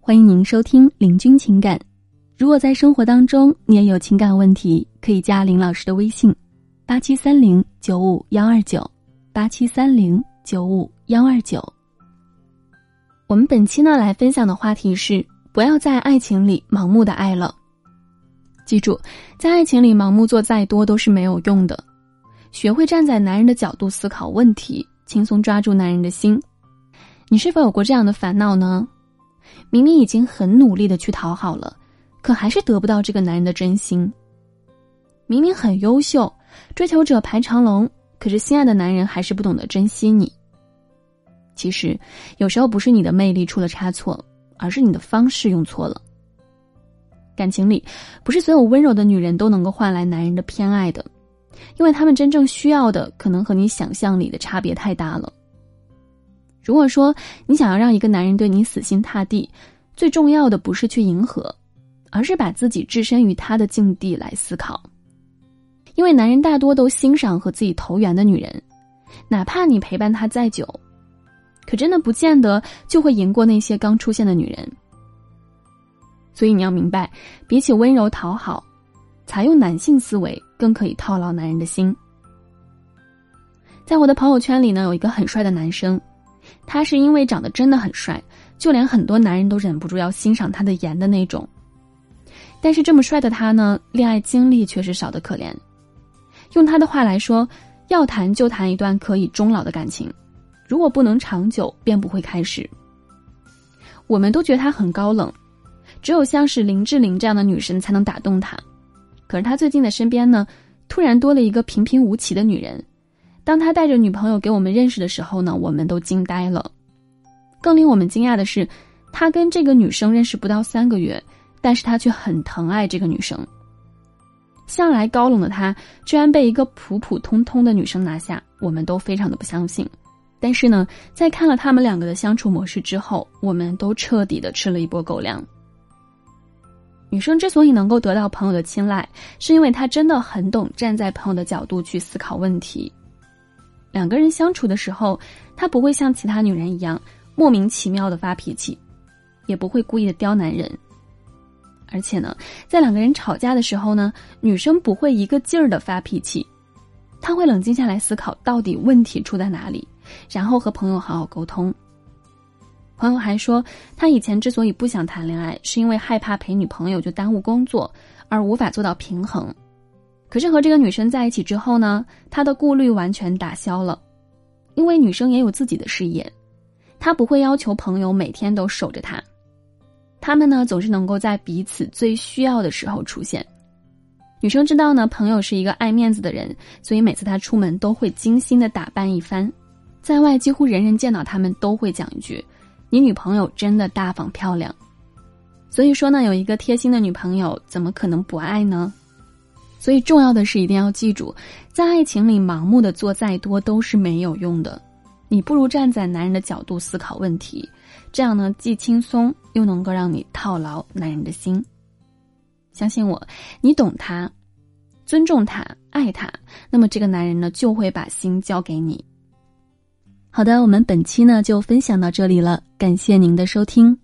欢迎您收听林君情感。如果在生活当中你也有情感问题，可以加林老师的微信8730-95129 8730-95129。我们本期呢来分享的话题是不要在爱情里盲目的爱了。记住，在爱情里盲目做再多都是没有用的，学会站在男人的角度思考问题，轻松抓住男人的心。你是否有过这样的烦恼呢？明明已经很努力的去讨好了，可还是得不到这个男人的真心。明明很优秀，追求者排长龙，可是心爱的男人还是不懂得珍惜你。其实有时候不是你的魅力出了差错，而是你的方式用错了。感情里不是所有温柔的女人都能够换来男人的偏爱的，因为他们真正需要的可能和你想象里的差别太大了。如果说你想要让一个男人对你死心塌地，最重要的不是去迎合，而是把自己置身于他的境地来思考。因为男人大多都欣赏和自己投缘的女人，哪怕你陪伴他再久，可真的不见得就会赢过那些刚出现的女人。所以你要明白，比起温柔讨好，采用男性思维更可以套牢男人的心。在我的朋友圈里呢，有一个很帅的男生，他是因为长得真的很帅，就连很多男人都忍不住要欣赏他的颜的那种。但是这么帅的他呢，恋爱经历却是少得可怜。用他的话来说，要谈就谈一段可以终老的感情，如果不能长久，便不会开始。我们都觉得他很高冷，只有像是林志玲这样的女神才能打动他。可是他最近的身边呢，突然多了一个平平无奇的女人。当他带着女朋友给我们认识的时候呢，我们都惊呆了。更令我们惊讶的是，他跟这个女生认识不到3个月，但是他却很疼爱这个女生。向来高冷的他，居然被一个普普通通的女生拿下，我们都非常的不相信。但是呢，在看了他们两个的相处模式之后，我们都彻底的吃了一波狗粮。女生之所以能够得到朋友的青睐，是因为她真的很懂站在朋友的角度去思考问题。两个人相处的时候，她不会像其他女人一样莫名其妙的发脾气，也不会故意的刁男人。而且呢，在两个人吵架的时候呢，女生不会一个劲儿的发脾气，她会冷静下来思考到底问题出在哪里，然后和朋友好好沟通。朋友还说，他以前之所以不想谈恋爱，是因为害怕陪女朋友就耽误工作，而无法做到平衡。可是和这个女生在一起之后呢，他的顾虑完全打消了。因为女生也有自己的事业，他不会要求朋友每天都守着他。他们呢，总是能够在彼此最需要的时候出现。女生知道呢，朋友是一个爱面子的人，所以每次他出门都会精心的打扮一番。在外几乎人人见到他们都会讲一句，你女朋友真的大方漂亮。所以说呢，有一个贴心的女朋友，怎么可能不爱呢？所以重要的是一定要记住，在爱情里盲目的做再多都是没有用的。你不如站在男人的角度思考问题，这样呢，既轻松又能够让你套牢男人的心。相信我，你懂他，尊重他，爱他，那么这个男人呢，就会把心交给你。好的，我们本期呢就分享到这里了，感谢您的收听。